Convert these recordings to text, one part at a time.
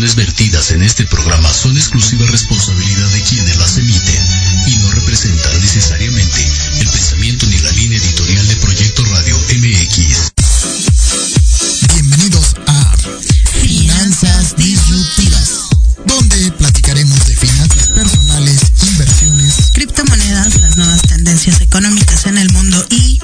opiniones vertidas en este programa son exclusiva responsabilidad de quienes las emiten y no representan necesariamente el pensamiento ni la línea editorial de Proyecto Radio MX. Bienvenidos a Finanzas Disruptivas, donde platicaremos de finanzas personales, inversiones, criptomonedas, las nuevas tendencias económicas en el mundo y...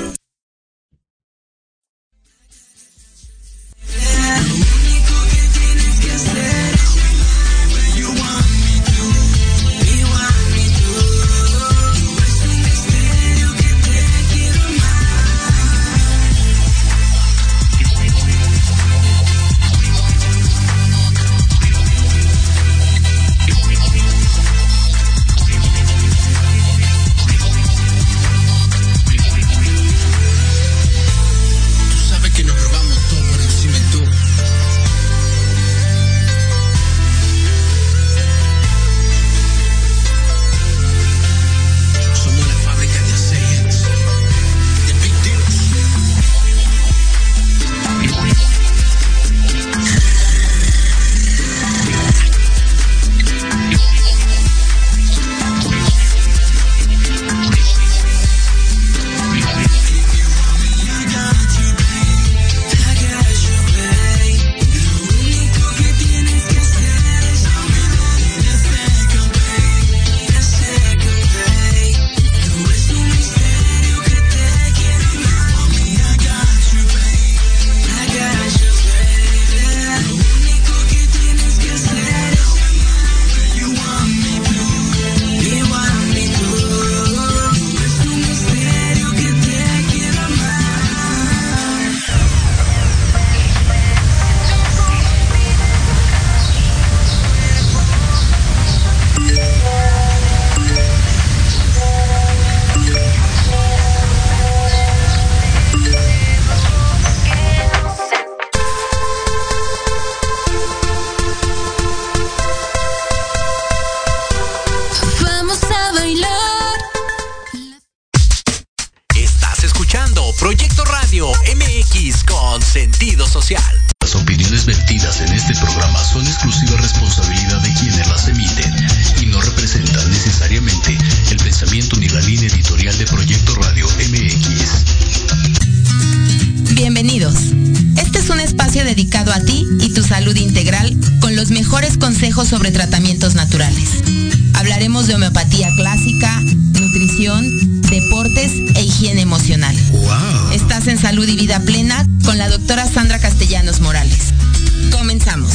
Proyecto Radio MX con sentido social. Las opiniones vertidas en este programa son exclusiva responsabilidad de quienes las emiten y no representan necesariamente el pensamiento ni la línea editorial de Proyecto Radio MX. Bienvenidos. Este es un espacio dedicado a ti y tu salud integral con los mejores consejos sobre tratamientos naturales. Hablaremos de homeopatía clásica, nutrición, deportes e higiene emocional. ¡Wow! Estás en Salud y Vida Plena con la doctora Sandra Castellanos Morales. Comenzamos.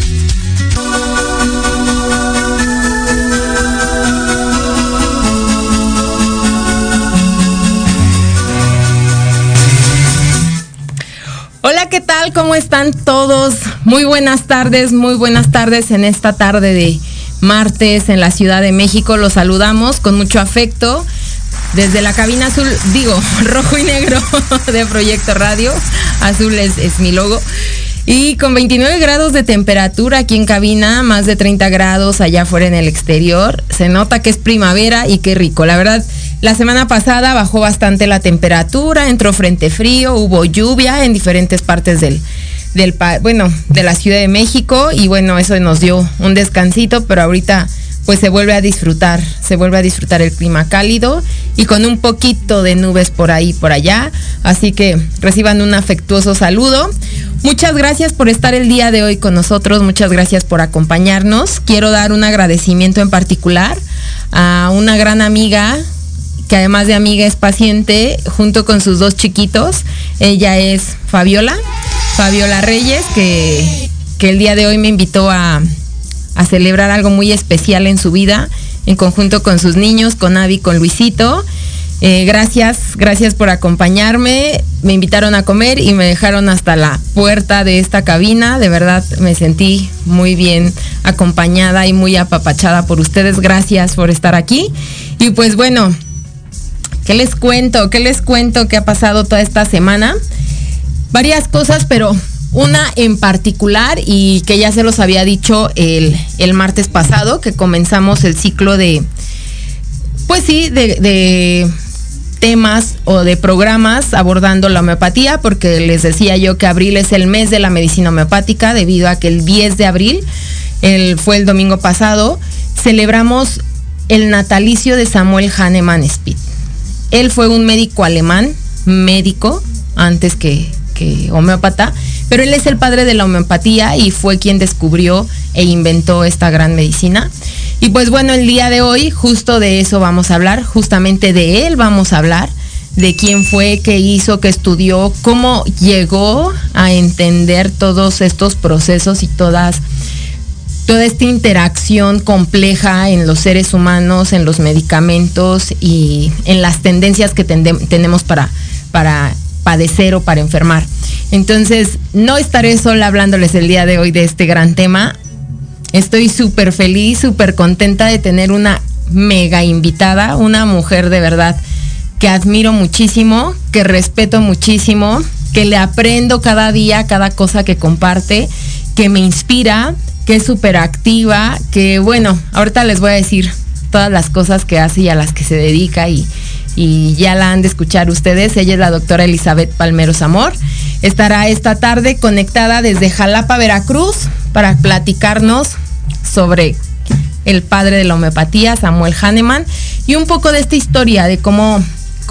Hola, ¿qué tal? ¿Cómo están todos? Muy buenas tardes en esta tarde de martes en la Ciudad de México. Los saludamos con mucho afecto desde la cabina azul, rojo y negro de Proyecto Radio. Azul es mi logo. Y con 29 grados de temperatura aquí en cabina, más de 30 grados allá afuera en el exterior. Se nota que es primavera y qué rico. La verdad, la semana pasada bajó bastante la temperatura, entró frente frío, hubo lluvia en diferentes partes de la Ciudad de México. Y bueno, eso nos dio un descansito, pero ahorita pues se vuelve a disfrutar el clima cálido y con un poquito de nubes por ahí, por allá. Así que reciban un afectuoso saludo. Muchas gracias por estar el día de hoy con nosotros, muchas gracias por acompañarnos. Quiero dar un agradecimiento en particular a una gran amiga, que además de amiga es paciente, junto con sus dos chiquitos. Ella es Fabiola Reyes, que el día de hoy me invitó a celebrar algo muy especial en su vida, en conjunto con sus niños, con Abby, con Luisito. Gracias por acompañarme. Me invitaron a comer y me dejaron hasta la puerta de esta cabina. De verdad me sentí muy bien acompañada y muy apapachada por ustedes. Gracias por estar aquí. Y pues bueno, ¿qué les cuento? ¿Qué ha pasado toda esta semana? Varias cosas, pero una en particular, y que ya se los había dicho el martes pasado, que comenzamos el ciclo de temas o de programas abordando la homeopatía, porque les decía yo que abril es el mes de la medicina homeopática, debido a que el 10 de abril fue el domingo pasado, celebramos el natalicio de Samuel Hahnemann Speth. Él fue un médico alemán, médico antes que homeópata, pero él es el padre de la homeopatía y fue quien descubrió e inventó esta gran medicina. Y pues bueno, el día de hoy justo de eso vamos a hablar, justamente de él vamos a hablar, de quién fue, qué hizo, qué estudió, cómo llegó a entender todos estos procesos y toda esta interacción compleja en los seres humanos, en los medicamentos y en las tendencias que tenemos para padecer o para enfermar. Entonces, no estaré sola hablándoles el día de hoy de este gran tema. Estoy súper feliz, súper contenta de tener una mega invitada, una mujer de verdad que admiro muchísimo, que respeto muchísimo, que le aprendo cada día, cada cosa que comparte, que me inspira, que es súper activa, que bueno, ahorita les voy a decir todas las cosas que hace y a las que se dedica y ya la han de escuchar ustedes. Ella es la doctora Elizabeth Palmeros Amor. Estará esta tarde conectada desde Jalapa, Veracruz, para platicarnos sobre el padre de la homeopatía, Samuel Hahnemann, y un poco de esta historia de cómo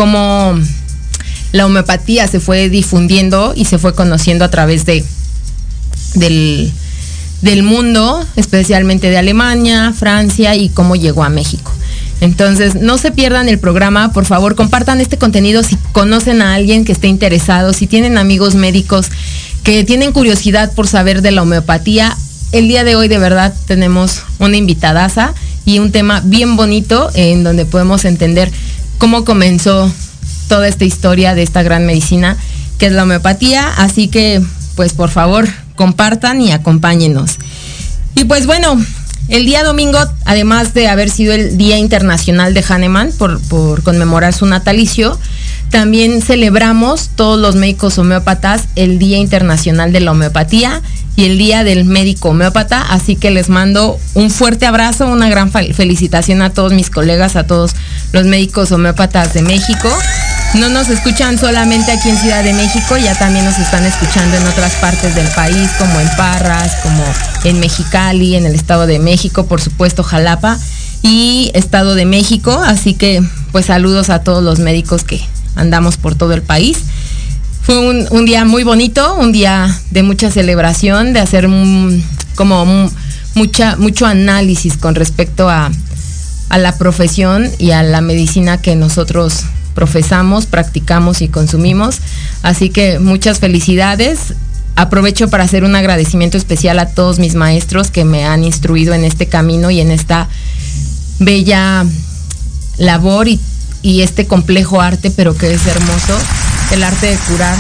la homeopatía se fue difundiendo y se fue conociendo a través del mundo, especialmente de Alemania, Francia, y cómo llegó a México. Entonces, no se pierdan el programa, por favor, compartan este contenido si conocen a alguien que esté interesado, si tienen amigos médicos que tienen curiosidad por saber de la homeopatía. El día de hoy de verdad tenemos una invitadaza y un tema bien bonito en donde podemos entender cómo comenzó toda esta historia de esta gran medicina que es la homeopatía. Así que, pues por favor, compartan y acompáñenos. Y pues bueno, el día domingo, además de haber sido el Día Internacional de Hahnemann por conmemorar su natalicio, también celebramos todos los médicos homeópatas el Día Internacional de la Homeopatía y el Día del Médico Homeópata. Así que les mando un fuerte abrazo, una gran felicitación a todos mis colegas, a todos los médicos homeópatas de México. No nos escuchan solamente aquí en Ciudad de México, ya también nos están escuchando en otras partes del país, como en Parras, como en Mexicali, en el Estado de México, por supuesto Jalapa y Estado de México. Así que pues saludos a todos los médicos que andamos por todo el país. Fue un día muy bonito, un día de mucha celebración, de hacer mucho análisis con respecto a la profesión y a la medicina que nosotros profesamos, practicamos y consumimos. Así que muchas felicidades. Aprovecho para hacer un agradecimiento especial a todos mis maestros que me han instruido en este camino y en esta bella labor y este complejo arte, pero que es hermoso, el arte de curar,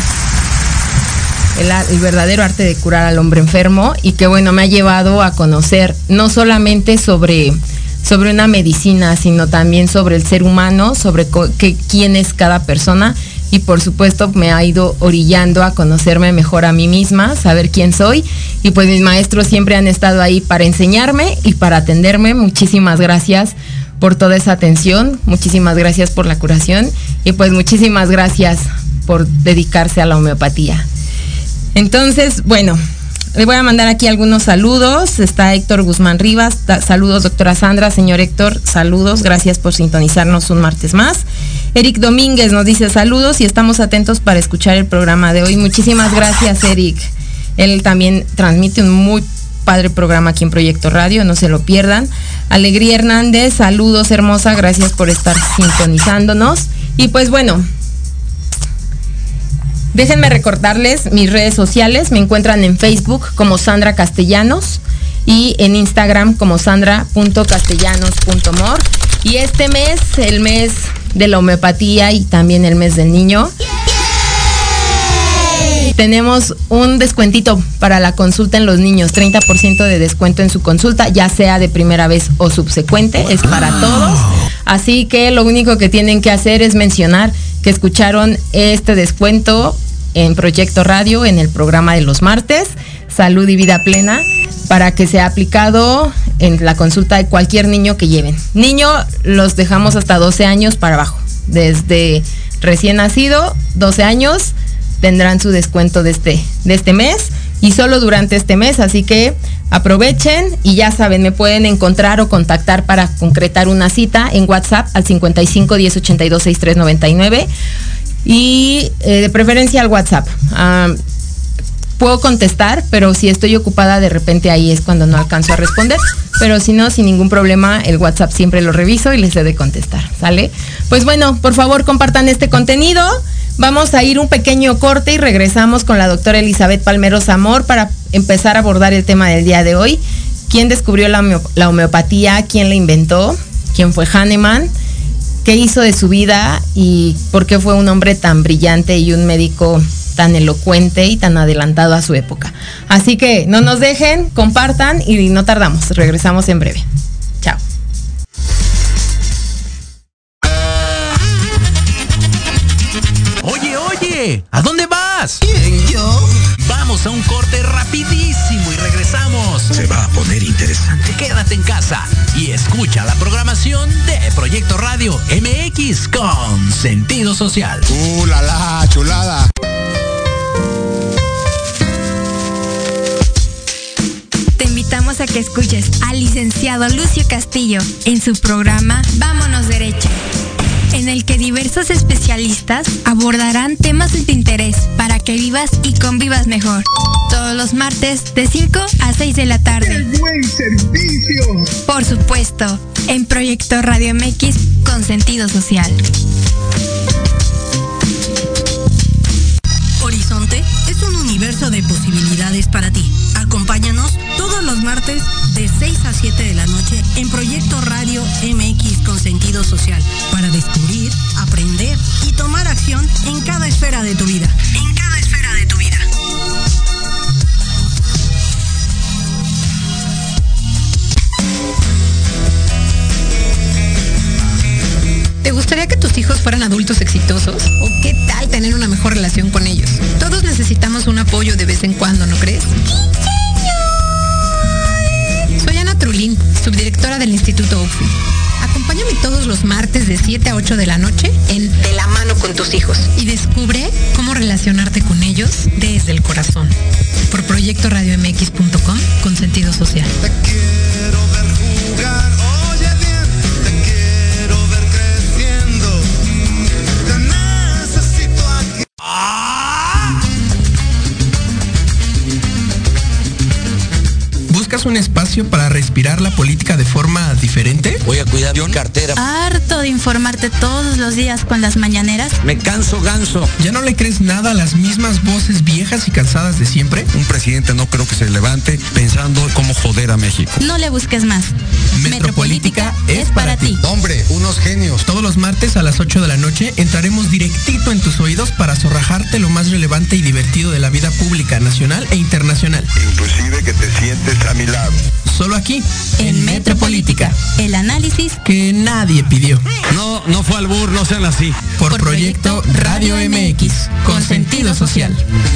el verdadero arte de curar al hombre enfermo, y que bueno, me ha llevado a conocer no solamente sobre una medicina, sino también sobre el ser humano, sobre quién es cada persona, y por supuesto me ha ido orillando a conocerme mejor a mí misma, saber quién soy, y pues mis maestros siempre han estado ahí para enseñarme y para atenderme. Muchísimas gracias por toda esa atención, muchísimas gracias por la curación y pues muchísimas gracias por dedicarse a la homeopatía. Entonces, bueno, le voy a mandar aquí algunos saludos. Está Héctor Guzmán Rivas, saludos doctora Sandra, señor Héctor, saludos, gracias por sintonizarnos un martes más. Eric Domínguez nos dice saludos y estamos atentos para escuchar el programa de hoy. Muchísimas gracias, Eric. Él también transmite un muy padre programa aquí en Proyecto Radio, no se lo pierdan. Alegría Hernández, saludos hermosa, gracias por estar sintonizándonos. Y pues bueno, déjenme recordarles mis redes sociales. Me encuentran en Facebook como Sandra Castellanos y en Instagram como sandra.castellanos.mor. Y este mes, el mes de la homeopatía y también el mes del niño, tenemos un descuentito para la consulta en los niños, 30% de descuento en su consulta, ya sea de primera vez o subsecuente, es para todos. Así que lo único que tienen que hacer es mencionar que escucharon este descuento en Proyecto Radio, en el programa de los martes, Salud y Vida Plena, para que sea aplicado en la consulta de cualquier niño que lleven. Niño los dejamos hasta 12 años para abajo. Desde recién nacido, 12 años, tendrán su descuento de este mes, y solo durante este mes, así que aprovechen y ya saben, me pueden encontrar o contactar para concretar una cita en WhatsApp al 55 10 82 63 99 y de preferencia al WhatsApp. Puedo contestar, pero si estoy ocupada de repente ahí es cuando no alcanzo a responder, pero si no, sin ningún problema, el WhatsApp siempre lo reviso y les he de contestar, ¿sale? Pues bueno, por favor compartan este contenido. Vamos a ir un pequeño corte y regresamos con la doctora Elizabeth Palmero Zamor para empezar a abordar el tema del día de hoy. ¿Quién descubrió la homeopatía? ¿Quién la inventó? ¿Quién fue Hahnemann? ¿Qué hizo de su vida? ¿Y por qué fue un hombre tan brillante y un médico tan elocuente y tan adelantado a su época? Así que no nos dejen, compartan y no tardamos. Regresamos en breve. Chao. Oye, ¿a dónde vas? ¿Quién, yo? Vamos a un corte rapidísimo y regresamos. Se va a poner interesante. Quédate en casa y escucha la programación de Proyecto Radio MX con sentido social. ¡La la, chulada! Te invitamos a que escuches al licenciado Lucio Castillo en su programa Vámonos Derecho, en el que diversos especialistas abordarán temas de tu interés para que vivas y convivas mejor. Todos los martes de 5 a 6 de la tarde. ¡Qué buen servicio! Por supuesto, en Proyecto Radio MX con sentido social. Horizonte es un universo de posibilidades para ti. Acompáñanos todos los martes de 6 a 7 de la noche en Proyecto Radio MX con sentido social para descubrir, aprender y tomar acción en cada esfera de tu vida. En cada esfera de tu vida. ¿Te gustaría que tus hijos fueran adultos exitosos? ¿O qué tal tener una mejor relación con ellos? Todos necesitamos un apoyo de vez en cuando, ¿no crees? Soy Ana Trulín, subdirectora del Instituto UFI. Acompáñame todos los martes de 7 a 8 de la noche en De la mano con tus hijos y descubre cómo relacionarte con ellos desde el corazón. Por proyectoradiomx.com con sentido social. Te quiero ver jugar, oye bien, te quiero ver creciendo. Te necesito aquí. ¿Buscas un espacio para respirar la política de forma diferente? Voy a cuidar mi cartera. ¿Harto de informarte todos los días con las mañaneras? Me canso ganso. ¿Ya no le crees nada a las mismas voces viejas y cansadas de siempre? Un presidente no creo que se levante pensando cómo joder a México. No le busques más. Metropolítica es para ti. Hombre, unos genios. Todos los martes a las 8 de la noche entraremos directito en tus oídos para zorrajarte lo más relevante y divertido de la vida pública, nacional e internacional. Inclusive que te sientes a mi lado. Solo aquí, En Metropolítica, el análisis que nadie pidió. No fue albur, no sean así. Por Proyecto Radio MX, con sentido social.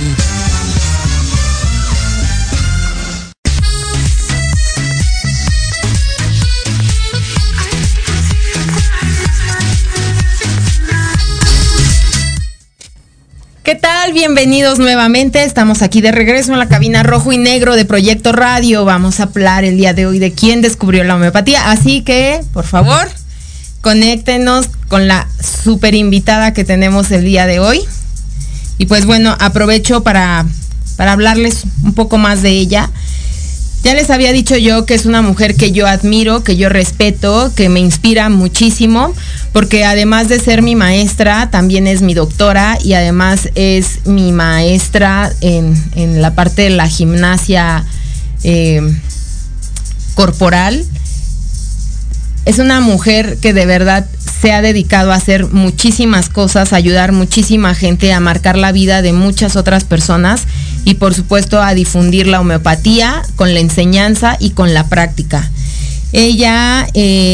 ¿Qué tal? Bienvenidos nuevamente. Estamos aquí de regreso en la cabina rojo y negro de Proyecto Radio. Vamos a hablar el día de hoy de quién descubrió la homeopatía. Así que, por favor, conéctenos con la super invitada que tenemos el día de hoy. Y pues bueno, aprovecho para hablarles un poco más de ella. Ya les había dicho yo que es una mujer que yo admiro, que yo respeto, que me inspira muchísimo, porque además de ser mi maestra, también es mi doctora y además es mi maestra en la parte de la gimnasia corporal. Es una mujer que de verdad se ha dedicado a hacer muchísimas cosas, a ayudar muchísima gente, a marcar la vida de muchas otras personas y por supuesto a difundir la homeopatía con la enseñanza y con la práctica. Ella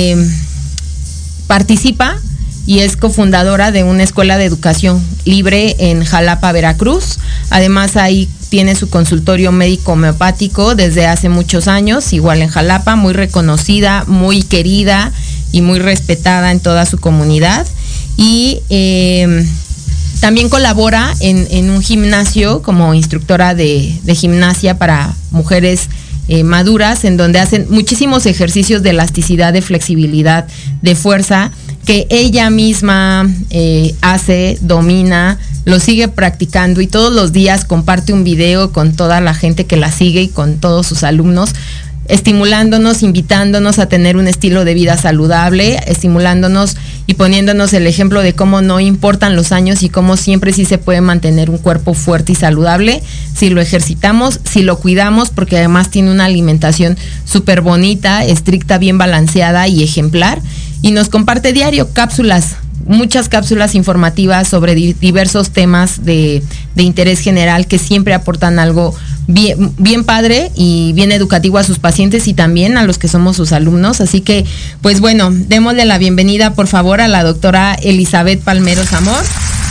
participa y es cofundadora de una escuela de educación libre en Jalapa, Veracruz. Además ahí tiene su consultorio médico homeopático desde hace muchos años, igual en Jalapa, muy reconocida, muy querida y muy respetada en toda su comunidad. Y también colabora en un gimnasio como instructora de gimnasia para mujeres maduras, en donde hacen muchísimos ejercicios de elasticidad, de flexibilidad, de fuerza, que ella misma hace, domina, lo sigue practicando y todos los días comparte un video con toda la gente que la sigue y con todos sus alumnos, estimulándonos, invitándonos a tener un estilo de vida saludable, estimulándonos y poniéndonos el ejemplo de cómo no importan los años y cómo siempre sí se puede mantener un cuerpo fuerte y saludable si lo ejercitamos, si lo cuidamos, porque además tiene una alimentación súper bonita, estricta, bien balanceada y ejemplar, y nos comparte diario cápsulas, muchas cápsulas informativas sobre diversos temas de interés general que siempre aportan algo bien padre y bien educativo a sus pacientes y también a los que somos sus alumnos. Así que, pues bueno, démosle la bienvenida, por favor, a la doctora Elizabeth Palmeros Amor.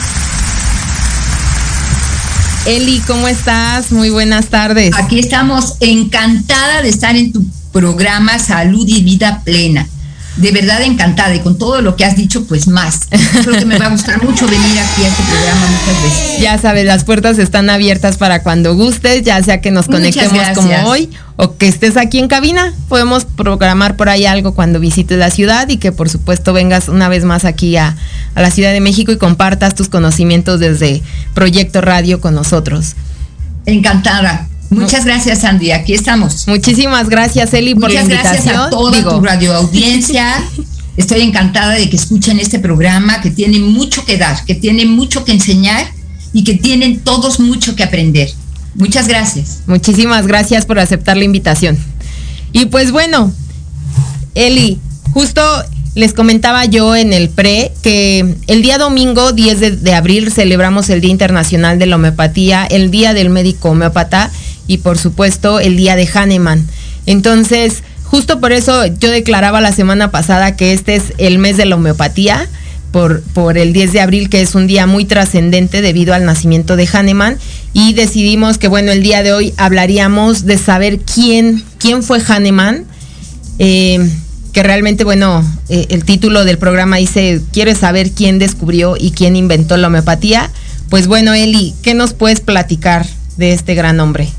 Eli, ¿cómo estás? Muy buenas tardes. Aquí estamos, encantada de estar en tu programa Salud y Vida Plena. De verdad encantada, y con todo lo que has dicho, pues más. Creo que me va a gustar mucho venir aquí a este programa muchas veces. Ya sabes, las puertas están abiertas para cuando gustes, ya sea que nos conectemos como hoy o que estés aquí en cabina. Podemos programar por ahí algo cuando visites la ciudad y que por supuesto vengas una vez más aquí a la Ciudad de México y compartas tus conocimientos desde Proyecto Radio con nosotros. Encantada. Muchas gracias, Andy. Aquí estamos. Muchísimas gracias, Eli, por la invitación. Muchas gracias a toda tu radio audiencia. Estoy encantada de que escuchen este programa que tiene mucho que dar, que tiene mucho que enseñar y que tienen todos mucho que aprender. Muchas gracias. Muchísimas gracias por aceptar la invitación. Y pues bueno, Eli, justo les comentaba yo en el que el día domingo 10 de abril celebramos el Día Internacional de la Homeopatía, el Día del Médico Homeópata y por supuesto el Día de Hahnemann. Entonces, justo por eso yo declaraba la semana pasada que este es el mes de la homeopatía, por el 10 de abril, que es un día muy trascendente debido al nacimiento de Hahnemann, y decidimos que bueno, el día de hoy hablaríamos de saber quién fue Hahnemann, que realmente, bueno, el título del programa dice, ¿quieres saber quién descubrió y quién inventó la homeopatía? Pues bueno, Eli, ¿qué nos puedes platicar de este gran hombre?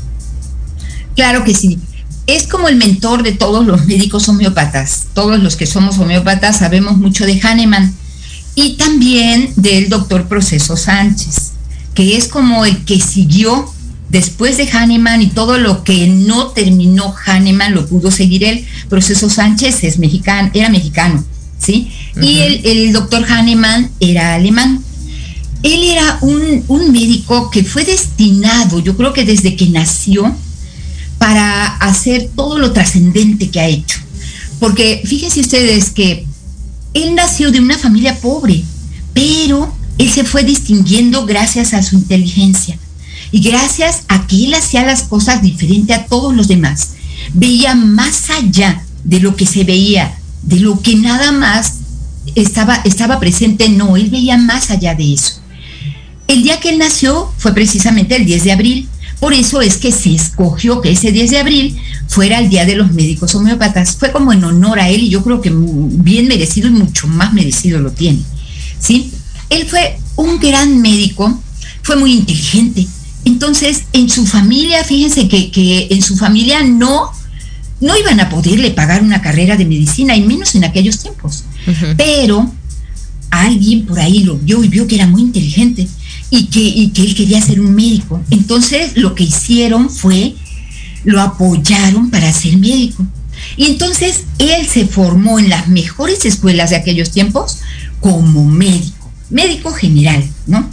Claro que sí. Es como el mentor de todos los médicos homeópatas. Todos los que somos homeópatas sabemos mucho de Hahnemann y también del doctor Proceso Sánchez, que es como el que siguió después de Hahnemann, y todo lo que no terminó Hahnemann lo pudo seguir él. Proceso Sánchez era mexicano, ¿sí? Uh-huh. Y el doctor Hahnemann era alemán. Él era un médico que fue destinado, yo creo que desde que nació, para hacer todo lo trascendente que ha hecho. Porque fíjense ustedes que él nació de una familia pobre, pero él se fue distinguiendo gracias a su inteligencia y gracias a que él hacía las cosas diferente a todos los demás. Veía más allá de lo que se veía, de lo que nada más estaba presente. No, él veía más allá de eso. El día que él nació fue precisamente el 10 de abril. Por eso es que se escogió que ese 10 de abril fuera el Día de los Médicos Homeópatas. Fue como en honor a él, y yo creo que bien merecido y mucho más merecido lo tiene, ¿sí? Él fue un gran médico, fue muy inteligente. Entonces, en su familia, fíjense que en su familia no iban a poderle pagar una carrera de medicina, y menos en aquellos tiempos. Uh-huh. Pero alguien por ahí lo vio y vio que era muy inteligente y que él quería ser un médico. Entonces lo que hicieron fue, lo apoyaron para ser médico. Y entonces él se formó en las mejores escuelas de aquellos tiempos como médico general, ¿no?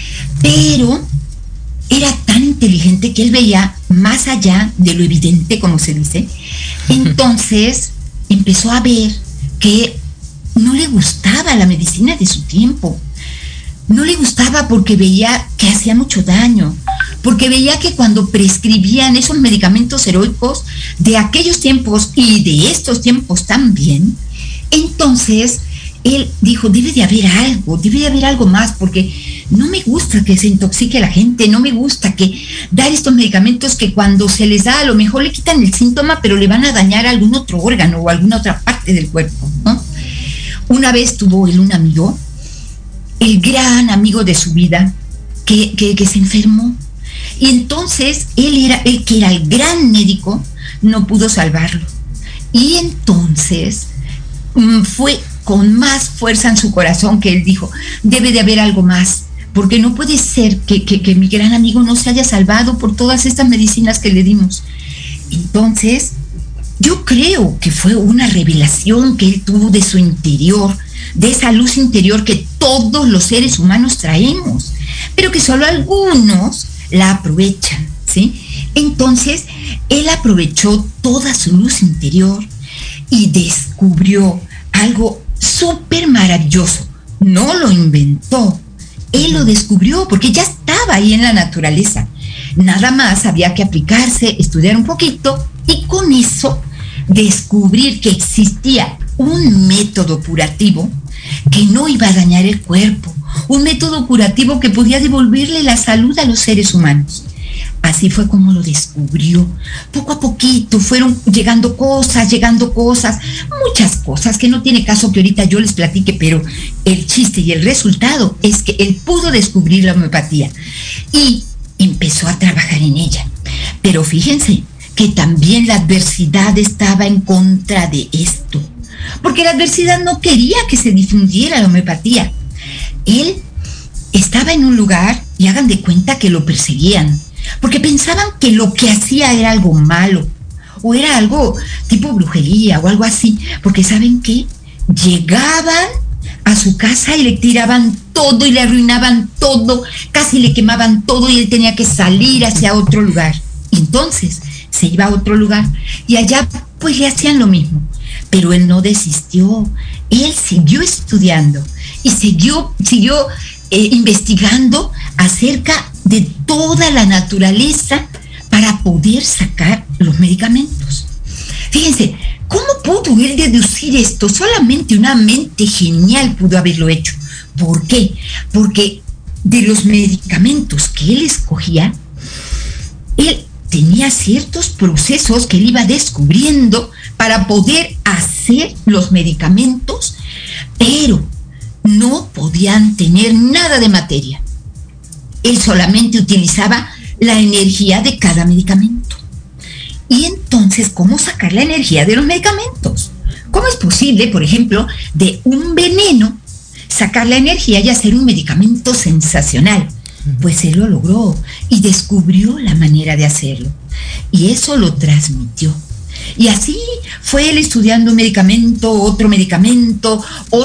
Pero era tan inteligente que él veía más allá de lo evidente, como se dice. Entonces empezó a ver que no le gustaba la medicina de su tiempo. No le gustaba porque veía que hacía mucho daño, porque veía que cuando prescribían esos medicamentos heroicos de aquellos tiempos y de estos tiempos también, entonces él dijo, debe de haber algo más, porque no me gusta que se intoxique la gente, no me gusta que dar estos medicamentos que cuando se les da a lo mejor le quitan el síntoma, pero le van a dañar algún otro órgano o alguna otra parte del cuerpo, ¿no? Una vez tuvo él un amigo el gran amigo de su vida que se enfermó. Y entonces él que era el gran médico, no pudo salvarlo. Y entonces fue con más fuerza en su corazón que él dijo, debe de haber algo más, porque no puede ser que mi gran amigo no se haya salvado por todas estas medicinas que le dimos. Entonces, yo creo que fue una revelación que él tuvo de su interior, de esa luz interior que todos los seres humanos traemos, pero que solo algunos la aprovechan, ¿sí? Entonces, él aprovechó toda su luz interior y descubrió algo súper maravilloso. No lo inventó, él lo descubrió porque ya estaba ahí en la naturaleza. Nada más había que aplicarse, estudiar un poquito y con eso descubrir que existía un método curativo que no iba a dañar el cuerpo, un método curativo que podía devolverle la salud a los seres humanos. Así fue como lo descubrió. Poco a poquito fueron llegando cosas, muchas cosas que no tiene caso que ahorita yo les platique, pero el chiste y el resultado es que él pudo descubrir la homeopatía y empezó a trabajar en ella. Pero fíjense que también la adversidad estaba en contra de esto, porque la adversidad no quería que se difundiera la homeopatía. Él estaba en un lugar y hagan de cuenta que lo perseguían, porque pensaban que lo que hacía era algo malo, o era algo tipo brujería o algo así, porque ¿saben qué? Llegaban a su casa y le tiraban todo y le arruinaban todo, casi le quemaban todo y él tenía que salir hacia otro lugar. Y entonces se iba a otro lugar y allá pues le hacían lo mismo, pero él no desistió, él siguió estudiando y siguió investigando acerca de toda la naturaleza para poder sacar los medicamentos. Fíjense, ¿cómo pudo él deducir esto? Solamente una mente genial pudo haberlo hecho. ¿Por qué? Porque de los medicamentos que él escogía, él tenía ciertos procesos que él iba descubriendo para poder hacer los medicamentos, pero no podían tener nada de materia. Él solamente utilizaba la energía de cada medicamento. Y entonces, ¿cómo sacar la energía de los medicamentos? ¿Cómo es posible, por ejemplo, de un veneno sacar la energía y hacer un medicamento sensacional? Pues él lo logró y descubrió la manera de hacerlo. Y eso lo transmitió. Y así fue él estudiando un medicamento, otro medicamento,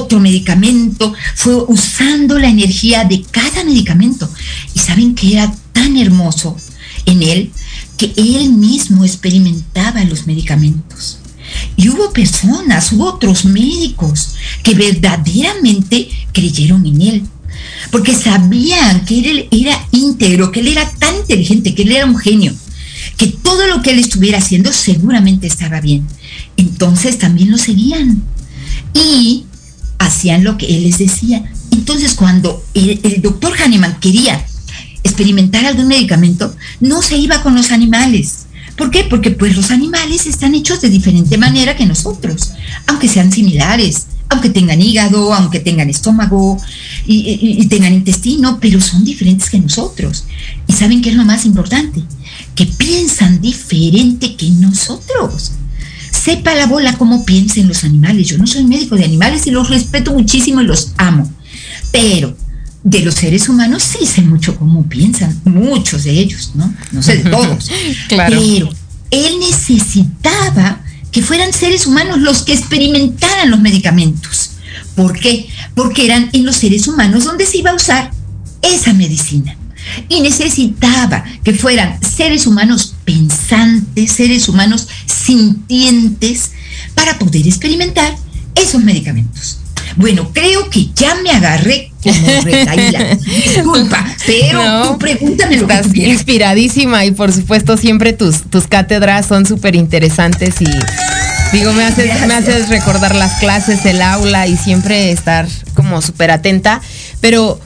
fue usando la energía de cada medicamento. Y saben que era tan hermoso en él que él mismo experimentaba los medicamentos. Y hubo otros médicos que verdaderamente creyeron en él, porque sabían que él era íntegro, que él era tan inteligente, que él era un genio, que todo lo que él estuviera haciendo seguramente estaba bien. Entonces también lo seguían y hacían lo que él les decía. Entonces cuando el doctor Hahnemann quería experimentar algún medicamento, no se iba con los animales. ¿Por qué? Porque pues los animales están hechos de diferente manera que nosotros, aunque sean similares, aunque tengan hígado, aunque tengan estómago y tengan intestino, pero son diferentes que nosotros. ¿Y saben qué es lo más importante? Que piensan diferente que nosotros. Sepa la bola cómo piensen los animales. Yo no soy médico de animales y los respeto muchísimo y los amo, pero de los seres humanos sí sé mucho cómo piensan, muchos de ellos, ¿no? No sé de todos. Claro. Pero él necesitaba que fueran seres humanos los que experimentaran los medicamentos. ¿Por qué? Porque eran en los seres humanos donde se iba a usar esa medicina. Y necesitaba que fueran seres humanos pensantes, seres humanos sintientes, para poder experimentar esos medicamentos. Bueno, creo que ya me agarré como retaíla. Disculpa, pero no, tú pregúntame lo que tú quieras. Inspiradísima y por supuesto siempre tus cátedras son súper interesantes y digo, me haces recordar las clases, el aula y siempre estar como súper atenta. Pero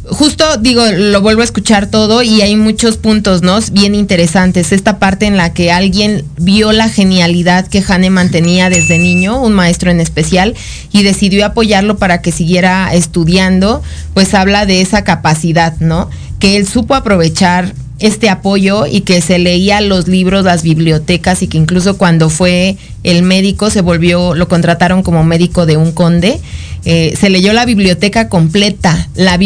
justo digo, lo vuelvo a escuchar todo y hay muchos puntos, ¿no? Bien interesantes. Esta parte en la que alguien vio la genialidad que Hahnemann tenía desde niño, un maestro en especial, y decidió apoyarlo para que siguiera estudiando, pues habla de esa capacidad, ¿no? Que él supo aprovechar este apoyo y que se leía los libros, las bibliotecas, y que incluso cuando fue el médico lo contrataron como médico de un conde, se leyó la biblioteca completa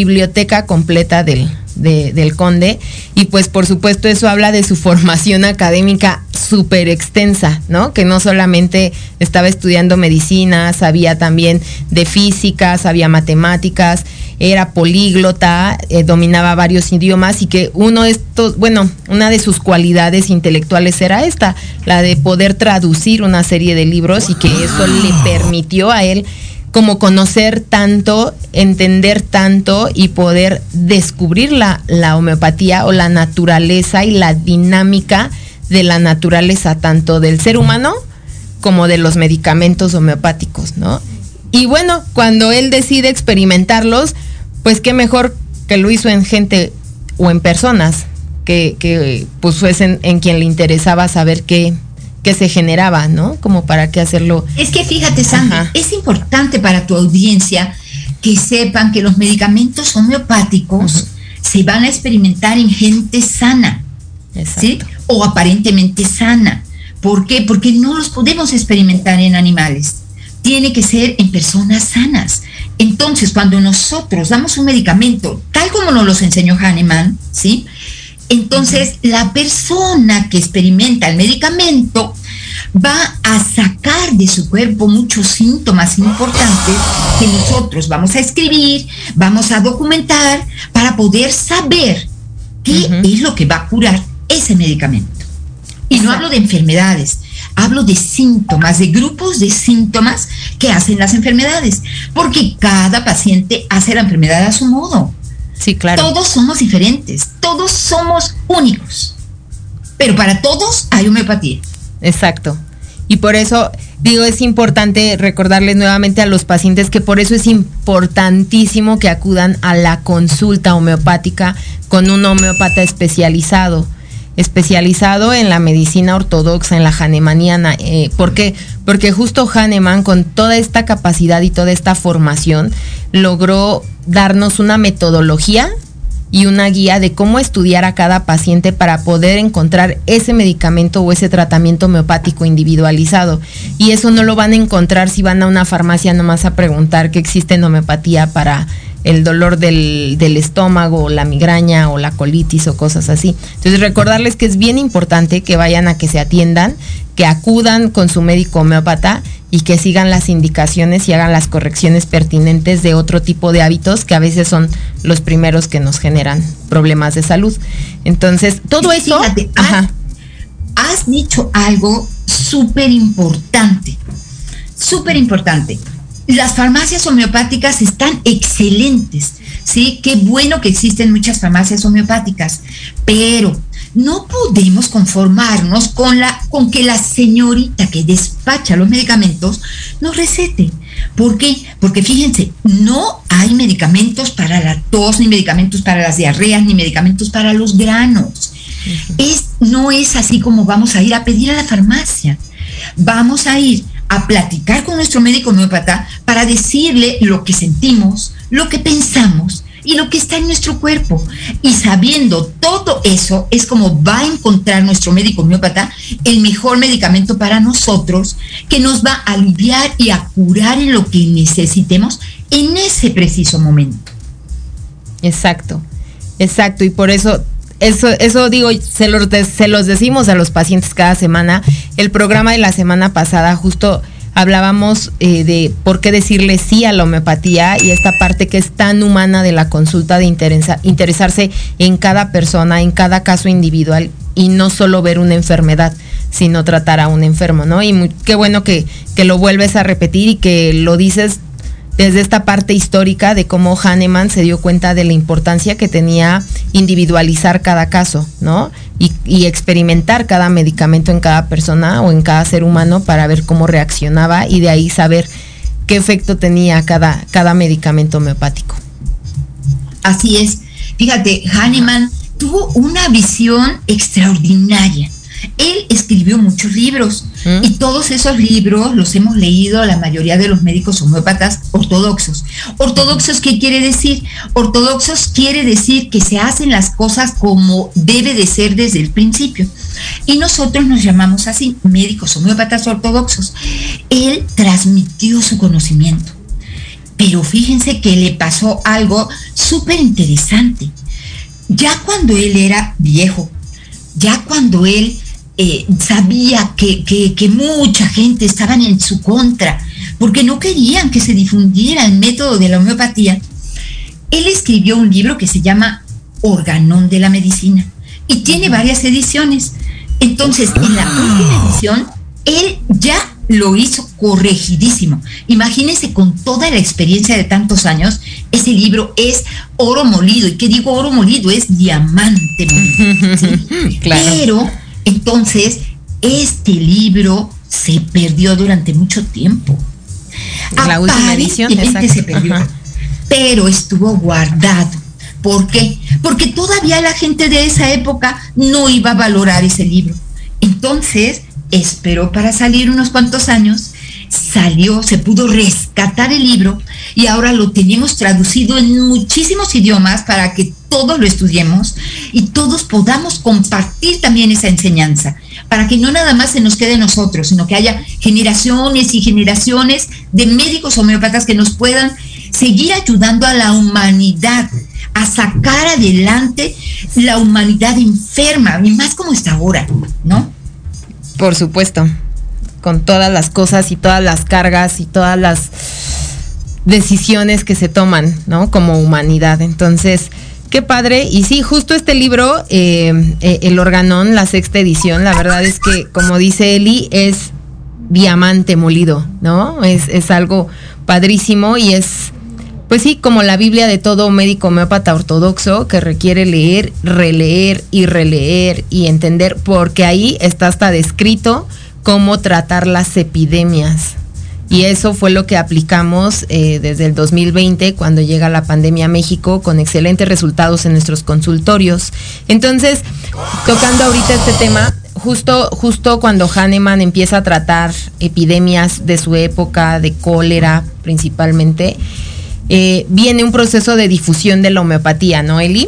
del conde, y pues por supuesto eso habla de su formación académica súper extensa, ¿no? Que no solamente estaba estudiando medicina, sabía también de física, sabía matemáticas, era políglota, dominaba varios idiomas, y que una de sus cualidades intelectuales era esta, la de poder traducir una serie de libros, y que eso le permitió a él como conocer tanto, entender tanto y poder descubrir la homeopatía o la naturaleza y la dinámica de la naturaleza, tanto del ser humano como de los medicamentos homeopáticos, ¿no? Y bueno, cuando él decide experimentarlos, pues qué mejor que lo hizo en gente o en personas que pues fuesen en quien le interesaba saber qué se generaba, ¿no? Como para qué hacerlo. Es que fíjate, Sandy, es importante para tu audiencia que sepan que los medicamentos homeopáticos se van a experimentar en gente sana, ¿sí? O aparentemente sana. ¿Por qué? Porque no los podemos experimentar en animales. Tiene que ser en personas sanas. Entonces, cuando nosotros damos un medicamento, tal como nos los enseñó Hahnemann, ¿sí? Entonces, la persona que experimenta el medicamento va a sacar de su cuerpo muchos síntomas importantes que nosotros vamos a escribir, vamos a documentar para poder saber qué es lo que va a curar ese medicamento. Y no hablo de enfermedades, hablo de síntomas, de grupos de síntomas que hacen las enfermedades, porque cada paciente hace la enfermedad a su modo. Sí, claro. Todos somos diferentes, todos somos únicos, pero para todos hay homeopatía. Exacto. Y por eso digo, es importante recordarles nuevamente a los pacientes que por eso es importantísimo que acudan a la consulta homeopática con un homeópata especializado en la medicina ortodoxa, en la hahnemanniana. ¿Por qué? Porque justo Hahnemann, con toda esta capacidad y toda esta formación, logró darnos una metodología y una guía de cómo estudiar a cada paciente para poder encontrar ese medicamento o ese tratamiento homeopático individualizado. Y eso no lo van a encontrar si van a una farmacia nomás a preguntar que existe en homeopatía para el dolor del estómago, o la migraña, o la colitis, o cosas así. Entonces, recordarles que es bien importante que vayan a que se atiendan, que acudan con su médico homeópata y que sigan las indicaciones y hagan las correcciones pertinentes de otro tipo de hábitos que a veces son los primeros que nos generan problemas de salud. Entonces, todo eso... Fíjate, has dicho algo súper importante, súper importante. Las farmacias homeopáticas están excelentes, ¿sí? Qué bueno que existen muchas farmacias homeopáticas, pero no podemos conformarnos con que la señorita que despacha los medicamentos nos recete. ¿Por qué? Porque fíjense, no hay medicamentos para la tos, ni medicamentos para las diarreas, ni medicamentos para los granos. No es así como vamos a ir a pedir a la farmacia. Vamos a ir a platicar con nuestro médico homeópata para decirle lo que sentimos, lo que pensamos y lo que está en nuestro cuerpo. Y sabiendo todo eso, es como va a encontrar nuestro médico homeópata el mejor medicamento para nosotros, que nos va a aliviar y a curar en lo que necesitemos en ese preciso momento. Exacto. Y por eso digo, se los decimos a los pacientes cada semana. El programa de la semana pasada justo hablábamos de por qué decirle sí a la homeopatía y esta parte que es tan humana de la consulta, de interesarse en cada persona, en cada caso individual y no solo ver una enfermedad, sino tratar a un enfermo, ¿no? Y qué bueno que lo vuelves a repetir y que lo dices desde esta parte histórica de cómo Hahnemann se dio cuenta de la importancia que tenía individualizar cada caso, ¿no? Y experimentar cada medicamento en cada persona o en cada ser humano para ver cómo reaccionaba y de ahí saber qué efecto tenía cada medicamento homeopático. Así es. Fíjate, Hahnemann tuvo una visión extraordinaria. Él escribió muchos libros y todos esos libros los hemos leído la mayoría de los médicos homeópatas ortodoxos. ¿Ortodoxos qué quiere decir? Ortodoxos quiere decir que se hacen las cosas como debe de ser desde el principio. Y nosotros nos llamamos así, médicos homeópatas ortodoxos. Él transmitió su conocimiento. Pero fíjense que le pasó algo súper interesante. Ya cuando él era viejo, ya cuando él sabía que mucha gente estaba en su contra, porque no querían que se difundiera el método de la homeopatía, él escribió un libro que se llama Organón de la Medicina y tiene varias ediciones. Entonces, en la última edición, él ya lo hizo corregidísimo. Imagínense, con toda la experiencia de tantos años, ese libro es oro molido. ¿Y qué digo oro molido? Es diamante molido, ¿sí? Claro. Pero entonces, este libro se perdió durante mucho tiempo. La última edición, se perdió, pero estuvo guardado. ¿Por qué? Porque todavía la gente de esa época no iba a valorar ese libro. Entonces, esperó para salir unos cuantos años, salió, se pudo rescatar el libro y ahora lo tenemos traducido en muchísimos idiomas para que todos lo estudiemos y todos podamos compartir también esa enseñanza, para que no nada más se nos quede a nosotros, sino que haya generaciones y generaciones de médicos homeópatas que nos puedan seguir ayudando a la humanidad a sacar adelante la humanidad enferma, y más como está ahora, ¿no? Por supuesto, con todas las cosas y todas las cargas y todas las decisiones que se toman, ¿no? Como humanidad. Entonces, qué padre. Y sí, justo este libro, El Organón, la 6ª edición, la verdad es que, como dice Eli, es diamante molido, ¿no? Es algo padrísimo y es, pues sí, como la Biblia de todo médico homeópata ortodoxo, que requiere leer, releer y releer y entender, porque ahí está hasta descrito cómo tratar las epidemias. Y eso fue lo que aplicamos desde el 2020, cuando llega la pandemia a México, con excelentes resultados en nuestros consultorios. Entonces, tocando ahorita este tema, justo cuando Hahnemann empieza a tratar epidemias de su época, de cólera principalmente, viene un proceso de difusión de la homeopatía, ¿no, Eli?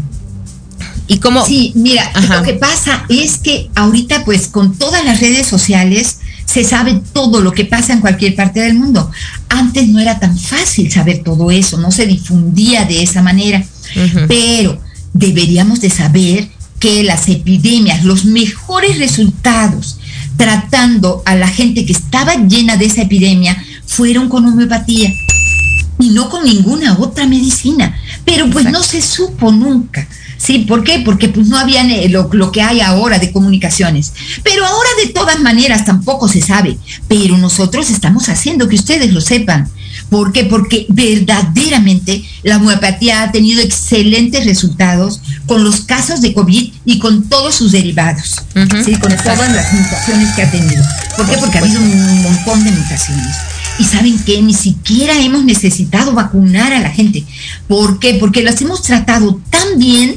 ¿Y cómo? Sí, mira, lo que pasa es que ahorita, pues, con todas las redes sociales se sabe todo lo que pasa en cualquier parte del mundo. Antes no era tan fácil saber todo eso, no se difundía de esa manera. Pero deberíamos de saber que las epidemias, los mejores resultados tratando a la gente que estaba llena de esa epidemia fueron con homeopatía y no con ninguna otra medicina. Pero pues no se supo nunca. ¿Sí? ¿Por qué? Porque pues no había lo que hay ahora de comunicaciones. Pero ahora de todas maneras tampoco se sabe. Pero nosotros estamos haciendo que ustedes lo sepan. ¿Por qué? Porque verdaderamente la homeopatía ha tenido excelentes resultados con los casos de COVID y con todos sus derivados. ¿Sí? Con todas las mutaciones que ha tenido. ¿Por qué? Porque ha habido un montón de mutaciones. Y ¿saben qué? Ni siquiera hemos necesitado vacunar a la gente. ¿Por qué? Porque las hemos tratado tan bien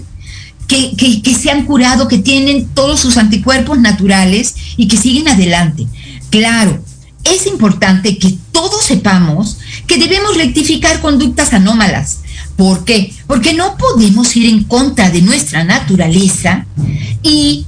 que se han curado, que tienen todos sus anticuerpos naturales y que siguen adelante. Claro, es importante que todos sepamos que debemos rectificar conductas anómalas. ¿Por qué? Porque no podemos ir en contra de nuestra naturaleza y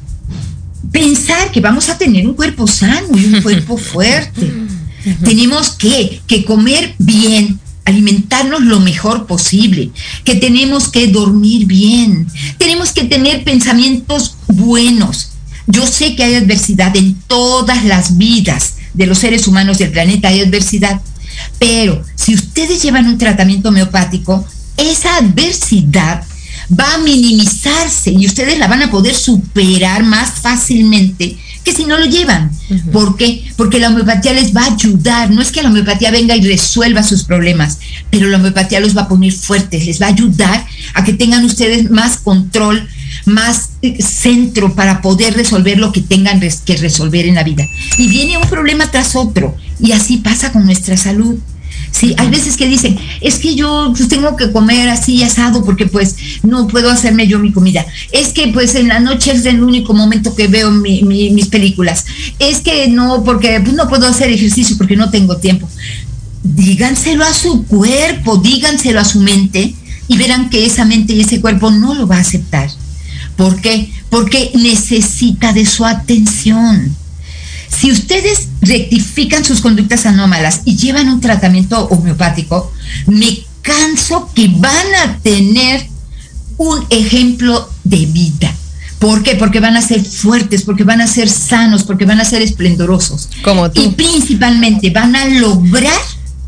pensar que vamos a tener un cuerpo sano y un cuerpo fuerte. Tenemos que comer bien, alimentarnos lo mejor posible, que tenemos que dormir bien, tenemos que tener pensamientos buenos. Yo sé que hay adversidad en todas las vidas de los seres humanos del planeta, hay adversidad, pero si ustedes llevan un tratamiento homeopático, esa adversidad va a minimizarse y ustedes la van a poder superar más fácilmente que si no lo llevan. ¿Por qué? Porque la homeopatía les va a ayudar. No es que la homeopatía venga y resuelva sus problemas, pero la homeopatía los va a poner fuertes, les va a ayudar a que tengan ustedes más control, más centro para poder resolver lo que tengan que resolver en la vida. Y viene un problema tras otro, y así pasa con nuestra salud. Sí, hay veces que dicen, es que yo pues, tengo que comer así asado porque pues no puedo hacerme yo mi comida. Es que pues en la noche es el único momento que veo mis películas. Es que no, porque pues, no puedo hacer ejercicio porque no tengo tiempo. Díganselo a su cuerpo, díganselo a su mente y verán que esa mente y ese cuerpo no lo va a aceptar. ¿Por qué? Porque necesita de su atención. Si ustedes rectifican sus conductas anómalas y llevan un tratamiento homeopático, me canso que van a tener un ejemplo de vida. ¿Por qué? Porque van a ser fuertes, porque van a ser sanos, porque van a ser esplendorosos. Como tú. Y principalmente van a lograr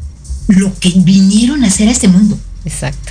lo que vinieron a hacer a este mundo. Exacto.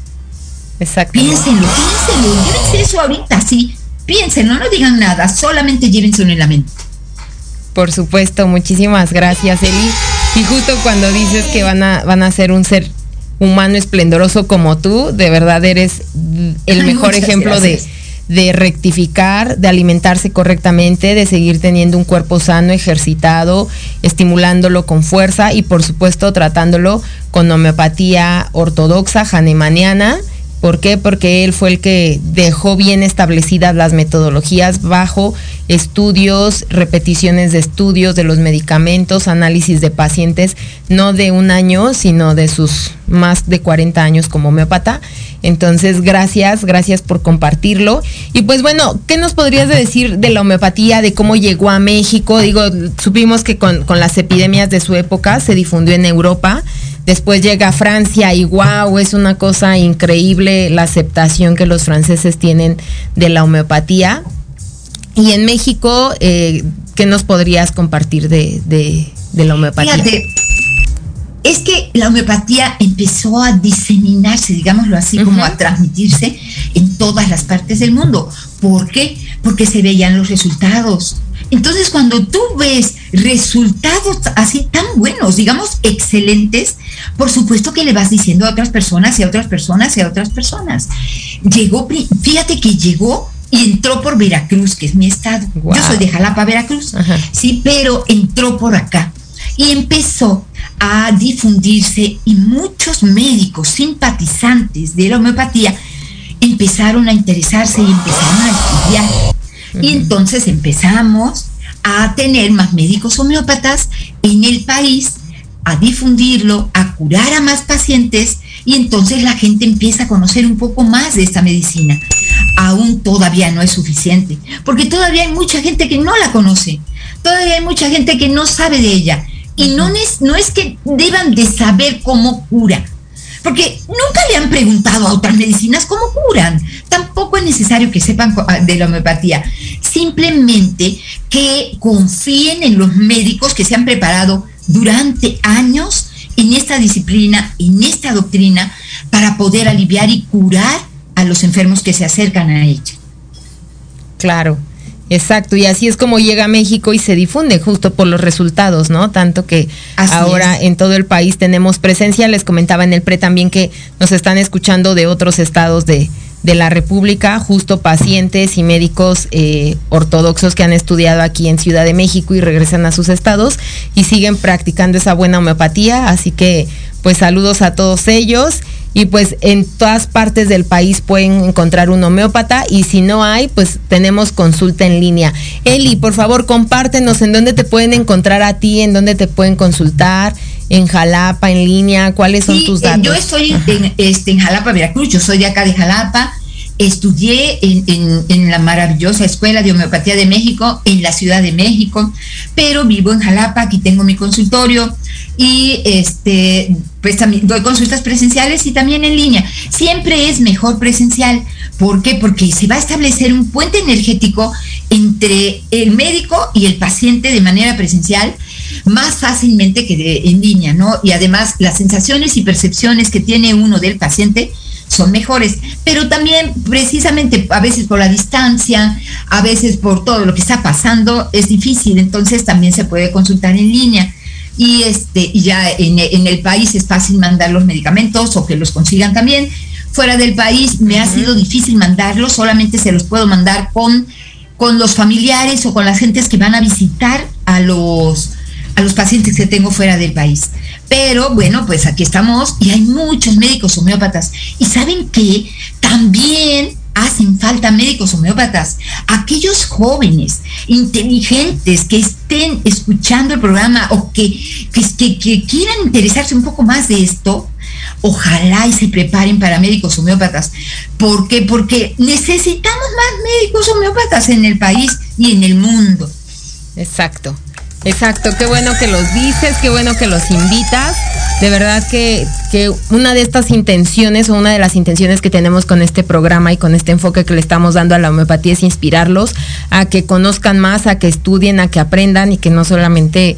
Exacto. Piénsenlo, llévense eso ahorita, sí. Piénsenlo, no digan nada, solamente llévenselo en la mente. Por supuesto, muchísimas gracias, Eli. Y justo cuando dices que van a ser un ser humano esplendoroso como tú, de verdad eres el mejor ejemplo de rectificar, de alimentarse correctamente, de seguir teniendo un cuerpo sano, ejercitado, estimulándolo con fuerza y por supuesto tratándolo con homeopatía ortodoxa, hahnemanniana. ¿Por qué? Porque él fue el que dejó bien establecidas las metodologías bajo estudios, repeticiones de estudios de los medicamentos, análisis de pacientes, no de un año, sino de sus más de 40 años como homeópata. Entonces, gracias por compartirlo. Y pues bueno, ¿qué nos podrías decir de la homeopatía, de cómo llegó a México? Digo, supimos que con las epidemias de su época se difundió en Europa. Después llega a Francia y wow, es una cosa increíble la aceptación que los franceses tienen de la homeopatía. Y en México, ¿qué nos podrías compartir de la homeopatía? Fíjate, es que la homeopatía empezó a diseminarse, digámoslo así, como a transmitirse en todas las partes del mundo. ¿Por qué? Porque se veían los resultados. Entonces, cuando tú ves resultados así tan buenos, digamos excelentes, por supuesto que le vas diciendo a otras personas y a otras personas y a otras personas. Fíjate que llegó y entró por Veracruz, que es mi estado. Wow. Yo soy de Jalapa, Veracruz. Ajá. Sí, pero entró por acá y empezó a difundirse y muchos médicos simpatizantes de la homeopatía empezaron a interesarse y empezaron a estudiar. Y entonces empezamos a tener más médicos homeópatas en el país, a difundirlo, a curar a más pacientes, y entonces la gente empieza a conocer un poco más de esta medicina. Aún todavía no es suficiente, porque todavía hay mucha gente que no la conoce, todavía hay mucha gente que no sabe de ella, y no es que deban de saber cómo cura, porque nunca le han preguntado a otras medicinas cómo curan. Tampoco es necesario que sepan de la homeopatía. Simplemente que confíen en los médicos que se han preparado durante años en esta disciplina, en esta doctrina, para poder aliviar y curar a los enfermos que se acercan a ella. Claro. Exacto, y así es como llega a México y se difunde justo por los resultados, ¿no? Tanto que así ahora en todo el país tenemos presencia. Les comentaba en el pre también que nos están escuchando de otros estados de la República, justo pacientes y médicos ortodoxos que han estudiado aquí en Ciudad de México y regresan a sus estados y siguen practicando esa buena homeopatía. Así que pues saludos a todos ellos. Y pues en todas partes del país pueden encontrar un homeópata y si no hay, pues tenemos consulta en línea. Eli, por favor, compártenos en dónde te pueden encontrar a ti, en dónde te pueden consultar, en Jalapa, en línea, ¿cuáles son tus datos? Yo estoy en Jalapa, Veracruz, yo soy de acá de Jalapa. Estudié en la maravillosa Escuela de Homeopatía de México, en la Ciudad de México, pero vivo en Jalapa, aquí tengo mi consultorio y pues también doy consultas presenciales y también en línea. Siempre es mejor presencial. ¿Por qué? Porque se va a establecer un puente energético entre el médico y el paciente de manera presencial más fácilmente que en línea, ¿no? Y además las sensaciones y percepciones que tiene uno del paciente son mejores, pero también precisamente a veces por la distancia, a veces por todo lo que está pasando, es difícil, entonces también se puede consultar en línea. Y ya en el país es fácil mandar los medicamentos o que los consigan también. Fuera del país me ha sido difícil mandarlos, solamente se los puedo mandar con los familiares o con las gentes que van a visitar a los pacientes que tengo fuera del país. Pero bueno, pues aquí estamos y hay muchos médicos homeópatas. Y ¿saben qué? También hacen falta médicos homeópatas. Aquellos jóvenes inteligentes que estén escuchando el programa o que quieran interesarse un poco más de esto, ojalá y se preparen para médicos homeópatas. ¿Por qué? Porque necesitamos más médicos homeópatas en el país y en el mundo. Exacto, qué bueno que los dices, qué bueno que los invitas. De verdad que una de estas intenciones o una de las intenciones que tenemos con este programa y con este enfoque que le estamos dando a la homeopatía es inspirarlos a que conozcan más, a que estudien, a que aprendan y que no solamente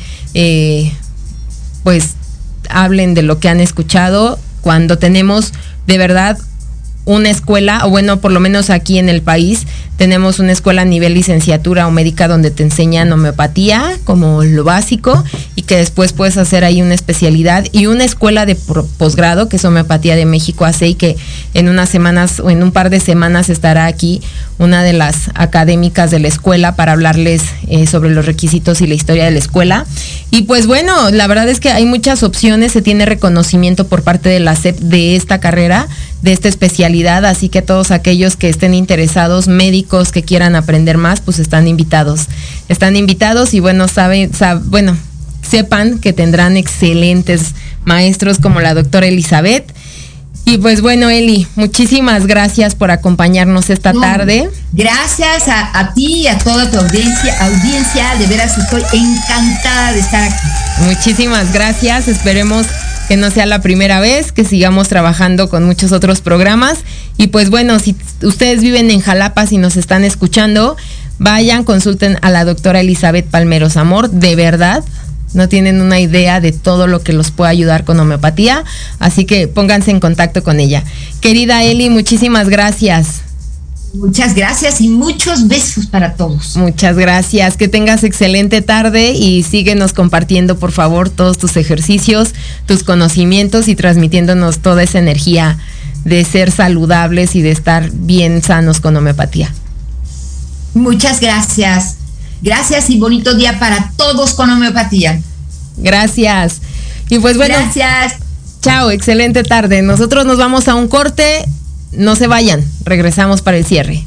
pues hablen de lo que han escuchado, cuando tenemos de verdad una escuela, o bueno, por lo menos aquí en el país, tenemos una escuela a nivel licenciatura o médica donde te enseñan homeopatía como lo básico y que después puedes hacer ahí una especialidad, y una escuela de posgrado que es Homeopatía de México AC, y que en unas semanas o en un par de semanas estará aquí una de las académicas de la escuela para hablarles sobre los requisitos y la historia de la escuela. Y pues bueno, la verdad es que hay muchas opciones, se tiene reconocimiento por parte de la SEP de esta carrera, de esta especialidad, así que todos aquellos que estén interesados, médicos que quieran aprender más, pues están invitados y bueno, sepan que tendrán excelentes maestros como la doctora Elizabeth. Y pues bueno, Eli, muchísimas gracias por acompañarnos esta tarde. Gracias a ti y a toda tu audiencia, de veras estoy encantada de estar aquí. Muchísimas gracias, esperemos que no sea la primera vez, que sigamos trabajando con muchos otros programas. Y pues bueno, si ustedes viven en Jalapa, si nos están escuchando, vayan, consulten a la doctora Elizabeth Palmeros Amor, de verdad, no tienen una idea de todo lo que los puede ayudar con homeopatía, así que pónganse en contacto con ella. Querida Eli, muchísimas gracias. Muchas gracias y muchos besos para todos. Muchas gracias, que tengas excelente tarde y síguenos compartiendo por favor todos tus ejercicios, tus conocimientos y transmitiéndonos toda esa energía de ser saludables y de estar bien sanos con homeopatía. Muchas gracias. Gracias y bonito día para todos con homeopatía. Gracias. Y pues bueno. Gracias. Chao, excelente tarde. Nosotros nos vamos a un corte. No se vayan, regresamos para el cierre.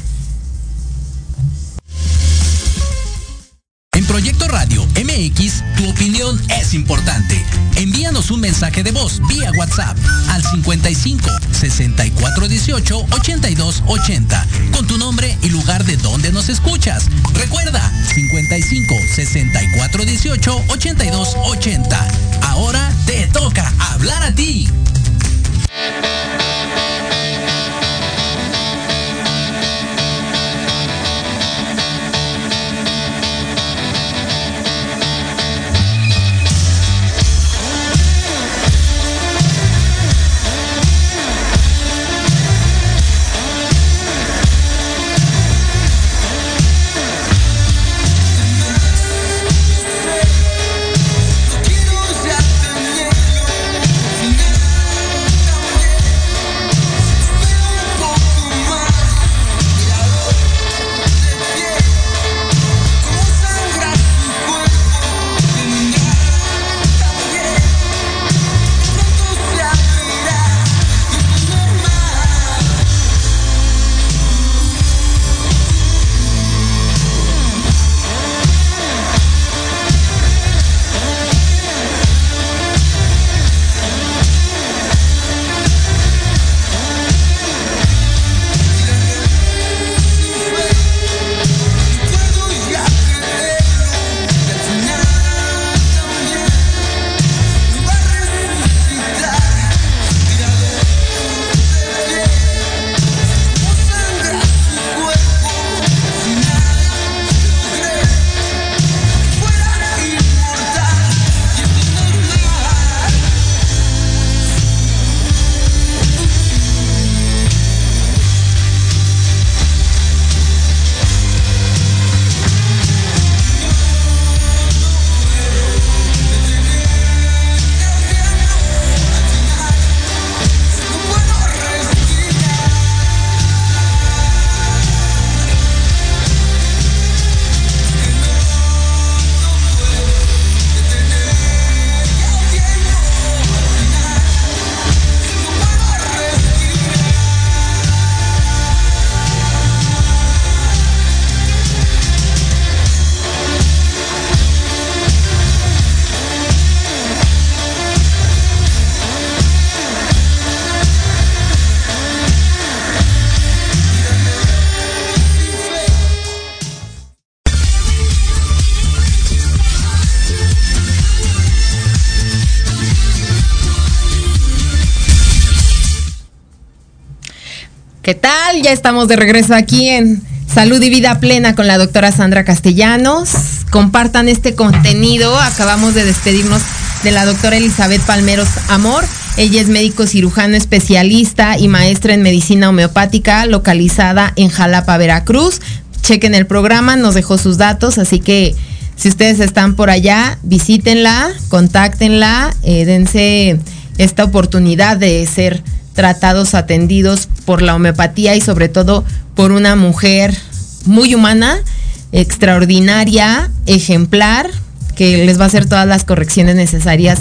En Proyecto Radio MX, tu opinión es importante. Envíanos un mensaje de voz vía WhatsApp al 55 64 18 82 80 con tu nombre y lugar de donde nos escuchas. Recuerda, 55 64 18 82 80. Ahora te toca hablar a ti. ¿Qué tal? Ya estamos de regreso aquí en Salud y Vida Plena con la doctora Sandra Castellanos. Compartan este contenido. Acabamos de despedirnos de la doctora Elizabeth Palmeros Amor. Ella es médico cirujano especialista y maestra en medicina homeopática, localizada en Jalapa, Veracruz. Chequen el programa, nos dejó sus datos, así que si ustedes están por allá, visítenla, contáctenla, dense esta oportunidad de ser tratados, atendidos por la homeopatía y sobre todo por una mujer muy humana, extraordinaria, ejemplar, que les va a hacer todas las correcciones necesarias,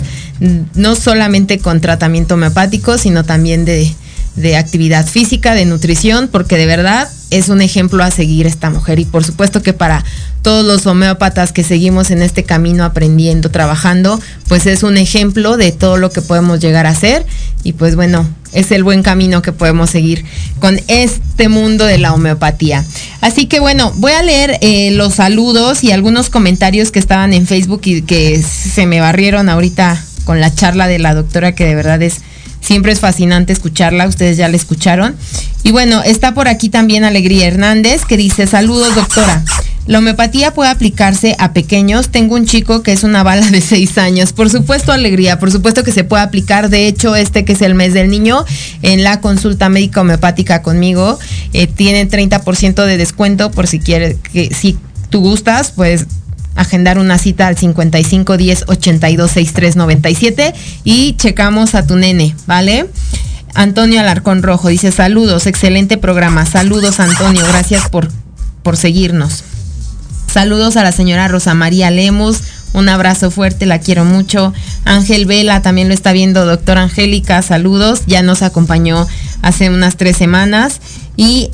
no solamente con tratamiento homeopático, sino también de actividad física, de nutrición, porque de verdad es un ejemplo a seguir esta mujer. Y por supuesto que para todos los homeópatas que seguimos en este camino aprendiendo, trabajando, pues es un ejemplo de todo lo que podemos llegar a hacer. Y pues bueno, es el buen camino que podemos seguir con este mundo de la homeopatía. Así que bueno, voy a leer los saludos y algunos comentarios que estaban en Facebook y que se me barrieron ahorita con la charla de la doctora, que de verdad siempre es fascinante escucharla, ustedes ya la escucharon. Y bueno, está por aquí también Alegría Hernández, que dice: saludos, doctora. La homeopatía puede aplicarse a pequeños. Tengo un chico que es una bala de 6 años. Por supuesto, Alegría, por supuesto que se puede aplicar. De hecho, que es el mes del niño, en la consulta médica homeopática conmigo, tiene 30% de descuento por si quieres, si tú gustas, pues agendar una cita al 55 10 82 63 97 y checamos a tu nene, ¿vale? Antonio Alarcón Rojo dice: saludos, excelente programa. Saludos, Antonio, gracias por seguirnos. Saludos a la señora Rosa María Lemus, un abrazo fuerte, la quiero mucho. Ángel Vela también lo está viendo, doctora Angélica, saludos, ya nos acompañó hace unas 3 semanas. Y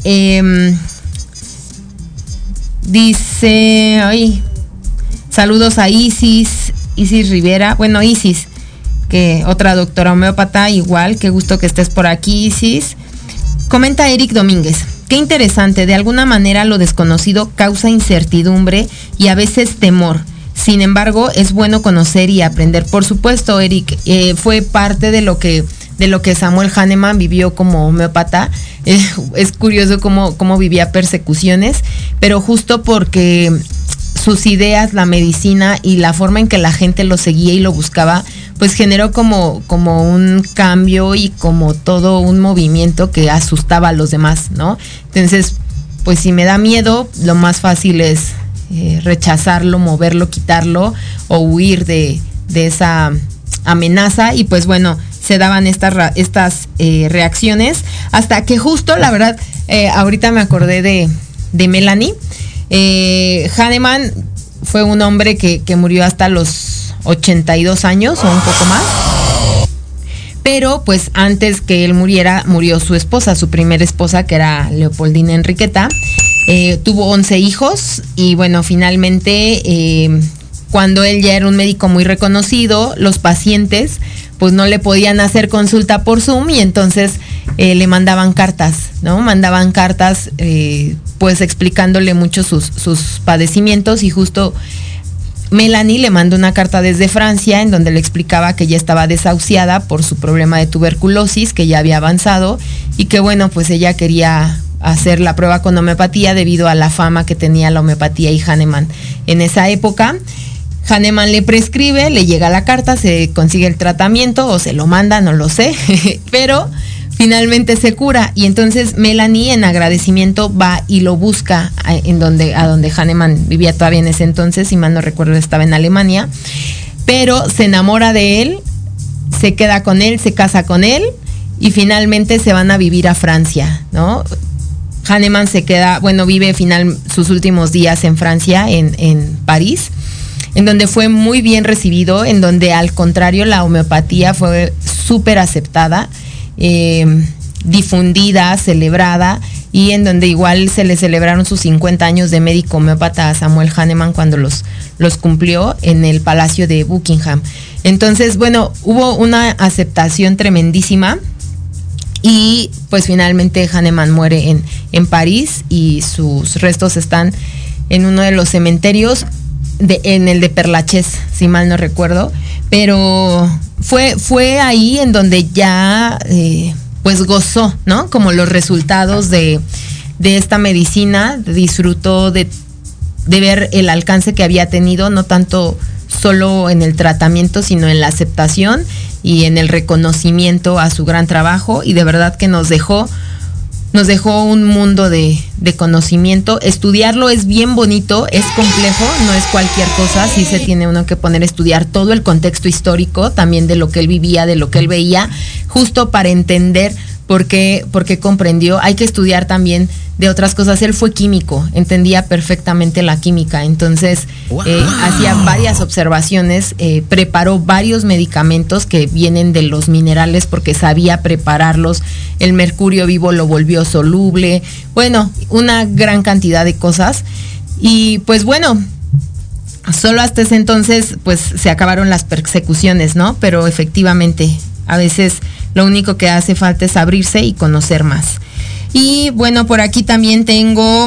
dice, saludos a Isis Rivera, bueno, Isis, que otra doctora homeópata, igual, qué gusto que estés por aquí, Isis. Comenta Eric Domínguez: qué interesante, de alguna manera lo desconocido causa incertidumbre y a veces temor. Sin embargo, es bueno conocer y aprender. Por supuesto, Eric, fue parte de lo que Samuel Hahnemann vivió como homeópata. Es curioso cómo vivía persecuciones, pero justo porque sus ideas, la medicina y la forma en que la gente lo seguía y lo buscaba, pues generó como un cambio y como todo un movimiento que asustaba a los demás, ¿no? Entonces, pues si me da miedo, lo más fácil es rechazarlo, moverlo, quitarlo o huir de esa amenaza. Y pues bueno, se daban estas reacciones hasta que justo, la verdad, ahorita me acordé de Melanie. Hahnemann fue un hombre que murió hasta los 82 años o un poco más, pero pues antes que él muriera, murió su esposa, su primera esposa, que era Leopoldina Enriqueta. Tuvo 11 hijos y bueno, finalmente cuando él ya era un médico muy reconocido, los pacientes pues no le podían hacer consulta por Zoom y entonces le mandaban cartas, ¿no? Mandaban cartas pues explicándole mucho sus padecimientos, y justo Melanie le mandó una carta desde Francia en donde le explicaba que ya estaba desahuciada por su problema de tuberculosis, que ya había avanzado y que bueno, pues ella quería hacer la prueba con homeopatía debido a la fama que tenía la homeopatía y Hahnemann en esa época. Hahnemann le prescribe, le llega la carta, se consigue el tratamiento o se lo manda, no lo sé, pero finalmente se cura. Y entonces Melanie, en agradecimiento, va y lo busca a donde Hahnemann vivía todavía en ese entonces, si mal no recuerdo estaba en Alemania, pero se enamora de él, se queda con él, se casa con él y finalmente se van a vivir a Francia, ¿no? Hahnemann se queda, vive sus últimos días en Francia, en París, en donde fue muy bien recibido, en donde al contrario la homeopatía fue súper aceptada, difundida, celebrada, y en donde igual se le celebraron sus 50 años de médico homeópata a Samuel Hahnemann cuando los cumplió en el Palacio de Buckingham. Entonces, hubo una aceptación tremendísima y pues finalmente Hahnemann muere en París y sus restos están en uno de los cementerios, en el de Père Lachaise, si mal no recuerdo, pero fue ahí en donde ya pues gozó, ¿no? Como los resultados de esta medicina, disfrutó de ver el alcance que había tenido, no tanto solo en el tratamiento, sino en la aceptación y en el reconocimiento a su gran trabajo, y de verdad que nos dejó un mundo de conocimiento. Estudiarlo es bien bonito, es complejo, no es cualquier cosa, sí se tiene uno que poner a estudiar todo el contexto histórico, también de lo que él vivía, de lo que él veía, justo para entender por qué comprendió. Hay que estudiar también de otras cosas. Él fue químico, entendía perfectamente la química, entonces hacía varias observaciones, preparó varios medicamentos que vienen de los minerales porque sabía prepararlos. El mercurio vivo lo volvió soluble, bueno, una gran cantidad de cosas. Y pues bueno, solo hasta ese entonces pues se acabaron las persecuciones, ¿no? Pero efectivamente, a veces lo único que hace falta es abrirse y conocer más. Y bueno, por aquí también tengo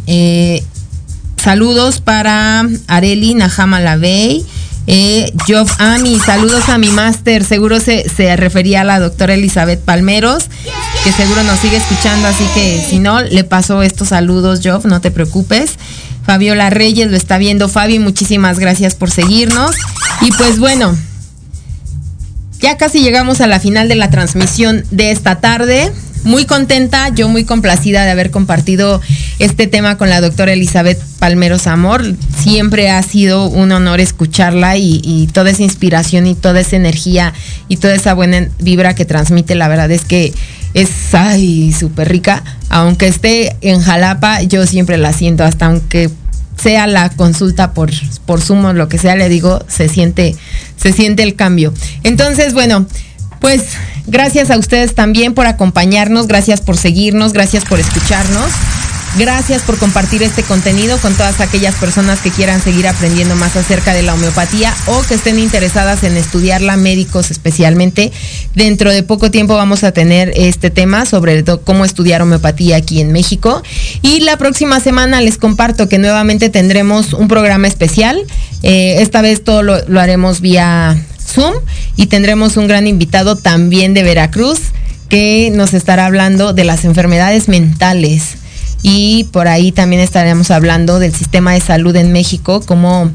saludos para Areli Najama Lavey, Job Ami, saludos a mi máster, seguro se refería a la doctora Elizabeth Palmeros, que seguro nos sigue escuchando, así que si no, le paso estos saludos, Job, no te preocupes. Fabiola Reyes lo está viendo. Fabi, muchísimas gracias por seguirnos. Y pues bueno, ya casi llegamos a la final de la transmisión de esta tarde. Muy contenta, yo muy complacida de haber compartido este tema con la doctora Elizabeth Palmeros Amor. Siempre ha sido un honor escucharla y toda esa inspiración y toda esa energía y toda esa buena vibra que transmite, la verdad es que es súper rica. Aunque esté en Jalapa, yo siempre la siento, hasta aunque sea la consulta por Zoom o lo que sea, le digo, se siente el cambio. Entonces, bueno, pues gracias a ustedes también por acompañarnos, gracias por seguirnos, gracias por escucharnos, gracias por compartir este contenido con todas aquellas personas que quieran seguir aprendiendo más acerca de la homeopatía o que estén interesadas en estudiarla, médicos especialmente. Dentro de poco tiempo vamos a tener este tema sobre cómo estudiar homeopatía aquí en México, y la próxima semana les comparto que nuevamente tendremos un programa especial. Esta vez todo lo haremos vía Zoom y tendremos un gran invitado también de Veracruz que nos estará hablando de las enfermedades mentales, y por ahí también estaremos hablando del sistema de salud en México, cómo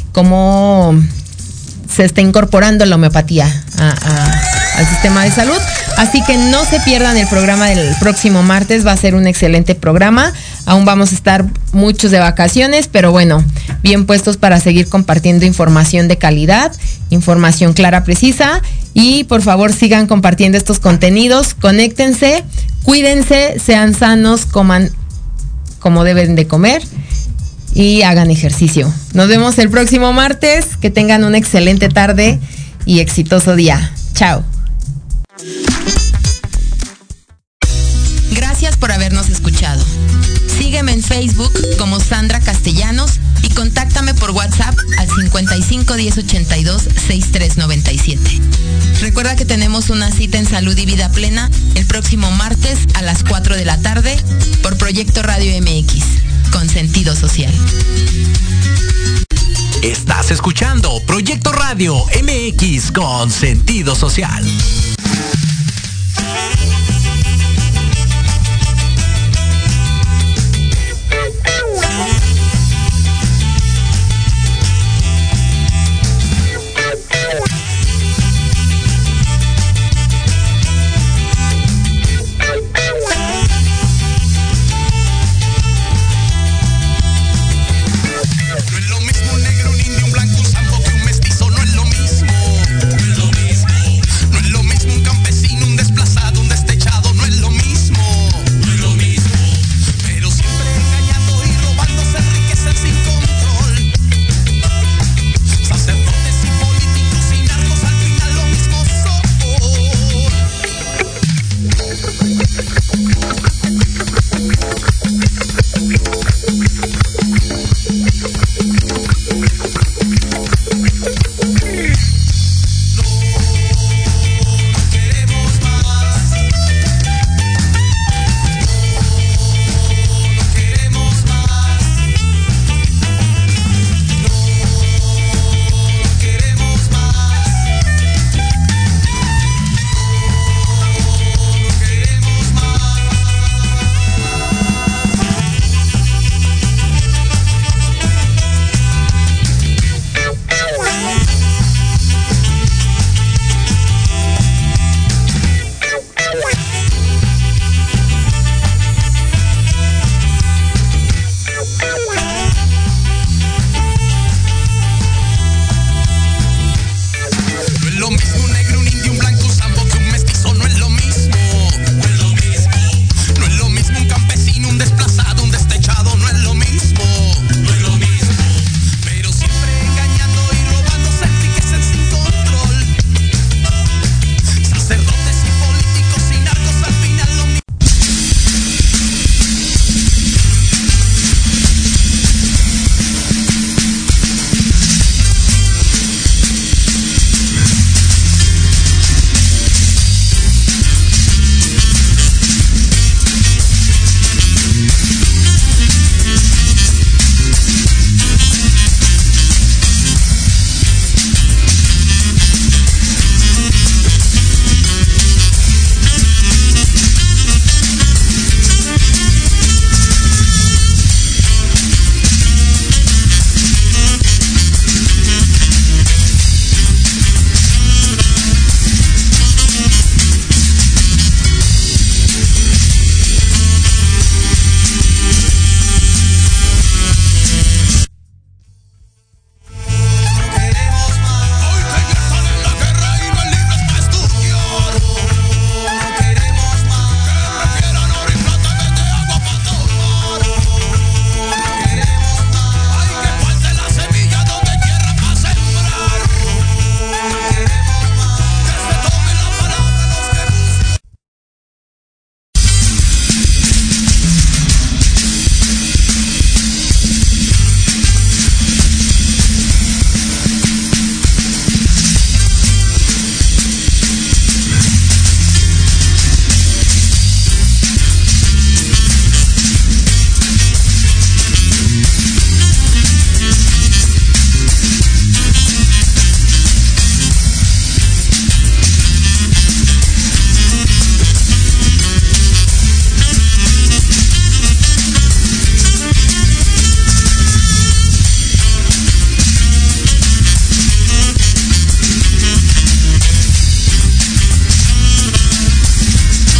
se está incorporando la homeopatía al sistema de salud. Así que no se pierdan el programa del próximo martes, va a ser un excelente programa. Aún vamos a estar muchos de vacaciones, pero bueno, bien puestos para seguir compartiendo información de calidad, información clara, precisa, y por favor sigan compartiendo estos contenidos, conéctense, cuídense, sean sanos, coman como deben de comer y hagan ejercicio. Nos vemos el próximo martes, que tengan una excelente tarde y exitoso día. Chao. Gracias por habernos escuchado. Sígueme en Facebook como Sandra Castellanos y contáctame por WhatsApp al 55 10 82 63 97. Recuerda que tenemos una cita en Salud y Vida Plena el próximo martes a las 4 de la tarde por Proyecto Radio MX, con sentido social. Estás escuchando Proyecto Radio MX con sentido social.